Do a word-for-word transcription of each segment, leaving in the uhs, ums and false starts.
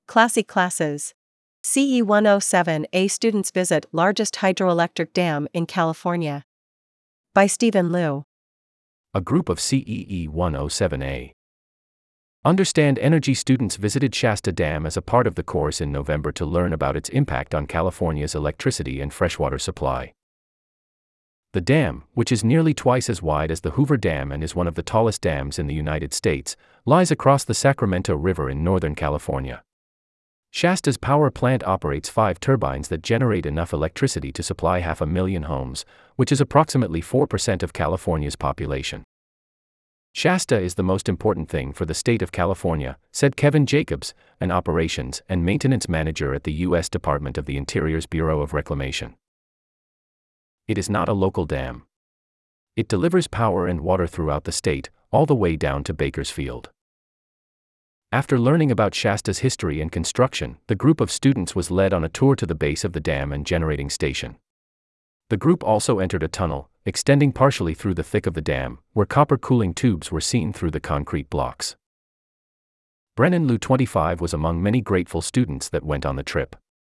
Classy classes. C E one oh seven A students visit largest hydroelectric dam in California. By Stephen Liu. A group of C E E one oh seven A Understand Energy students visited Shasta Dam as a part of the course in November to learn about its impact on California's electricity and freshwater supply. The dam, which is nearly twice as wide as the Hoover Dam and is one of the tallest dams in the United States, lies across the Sacramento River in Northern California. Shasta's power plant operates five turbines that generate enough electricity to supply half a million homes, which is approximately four percent of California's population. Shasta is the most important thing for the state of California, said Kevin Jacobs, an operations and maintenance manager at the U S Department of the Interior's Bureau of Reclamation. It is not a local dam. It delivers power and water throughout the state, all the way down to Bakersfield. After learning about Shasta's history and construction, the group of students was led on a tour to the base of the dam and generating station. The group also entered a tunnel, extending partially through the thick of the dam, where copper cooling tubes were seen through the concrete blocks. Brennan Liu, twenty-five, was among many grateful students that went on the trip.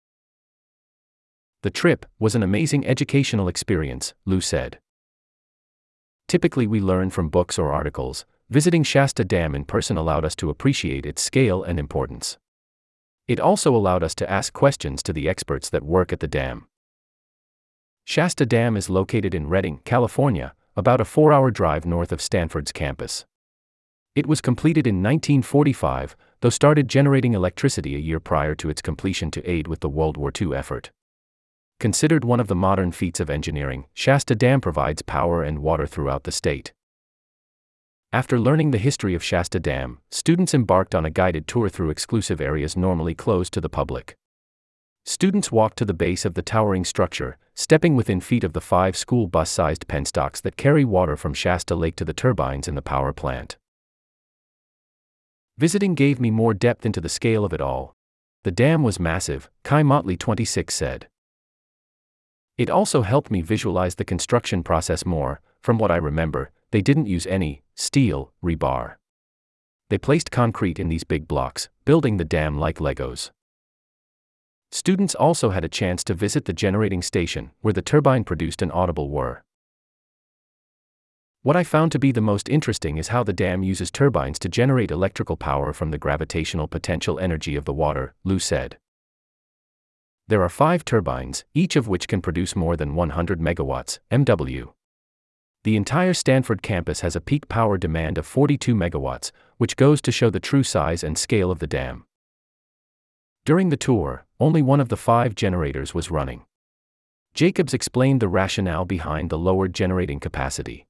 The trip was an amazing educational experience, Liu said. Typically we learn from books or articles. Visiting Shasta Dam in person allowed us to appreciate its scale and importance. It also allowed us to ask questions to the experts that work at the dam. Shasta Dam is located in Redding, California, about a four-hour drive north of Stanford's campus. It was completed in nineteen forty-five, though started generating electricity a year prior to its completion to aid with the World War Two effort. Considered one of the modern feats of engineering, Shasta Dam provides power and water throughout the state. After learning the history of Shasta Dam, students embarked on a guided tour through exclusive areas normally closed to the public. Students walked to the base of the towering structure, stepping within feet of the five school bus-sized penstocks that carry water from Shasta Lake to the turbines in the power plant. Visiting gave me more depth into the scale of it all. The dam was massive, Kai Motley, twenty-six, said. It also helped me visualize the construction process more. From what I remember, they didn't use any steel rebar. They placed concrete in these big blocks, building the dam like Legos. Students also had a chance to visit the generating station, where the turbine produced an audible whir. What I found to be the most interesting is how the dam uses turbines to generate electrical power from the gravitational potential energy of the water, Liu said. There are five turbines, each of which can produce more than one hundred megawatts, M W. The entire Stanford campus has a peak power demand of forty-two megawatts, which goes to show the true size and scale of the dam. During the tour, only one of the five generators was running. Jacobs explained the rationale behind the lowered generating capacity.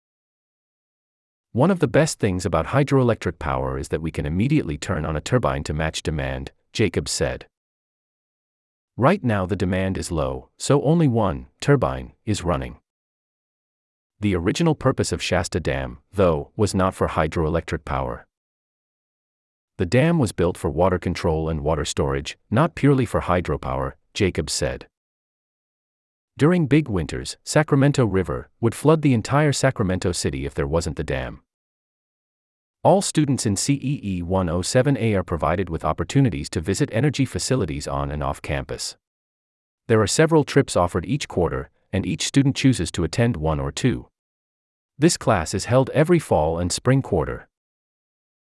One of the best things about hydroelectric power is that we can immediately turn on a turbine to match demand, Jacobs said. Right now the demand is low, so only one turbine is running. The original purpose of Shasta Dam, though, was not for hydroelectric power. The dam was built for water control and water storage, not purely for hydropower, Jacobs said. During big winters, Sacramento River would flood the entire Sacramento city if there wasn't the dam. All students in C E E one oh seven A are provided with opportunities to visit energy facilities on and off campus. There are several trips offered each quarter, and each student chooses to attend one or two. This class is held every fall and spring quarter.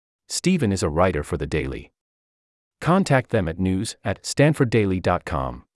Stephen is a writer for The Daily. Contact them at news at stanford daily dot com.